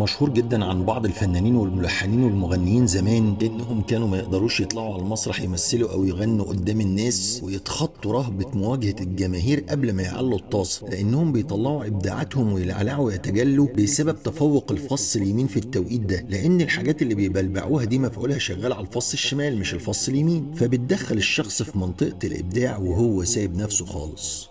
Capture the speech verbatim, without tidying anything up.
مشهور جدا عن بعض الفنانين والملحنين والمغنيين زمان انهم كانوا ما يقدروش يطلعوا على المسرح يمثلوا او يغنوا قدام الناس ويتخطوا رهبة مواجهة الجماهير قبل ما يعلوا الطاسة، لانهم بيطلعوا ابداعاتهم ويلعلعوا ويتجلوا بسبب تفوق الفص اليمين في التوقيت ده، لان الحاجات اللي بيبلبعوها دي مفعولها شغال على الفص الشمال مش الفص اليمين، فبتدخل الشخص في منطقة الابداع وهو سايب نفسه خالص.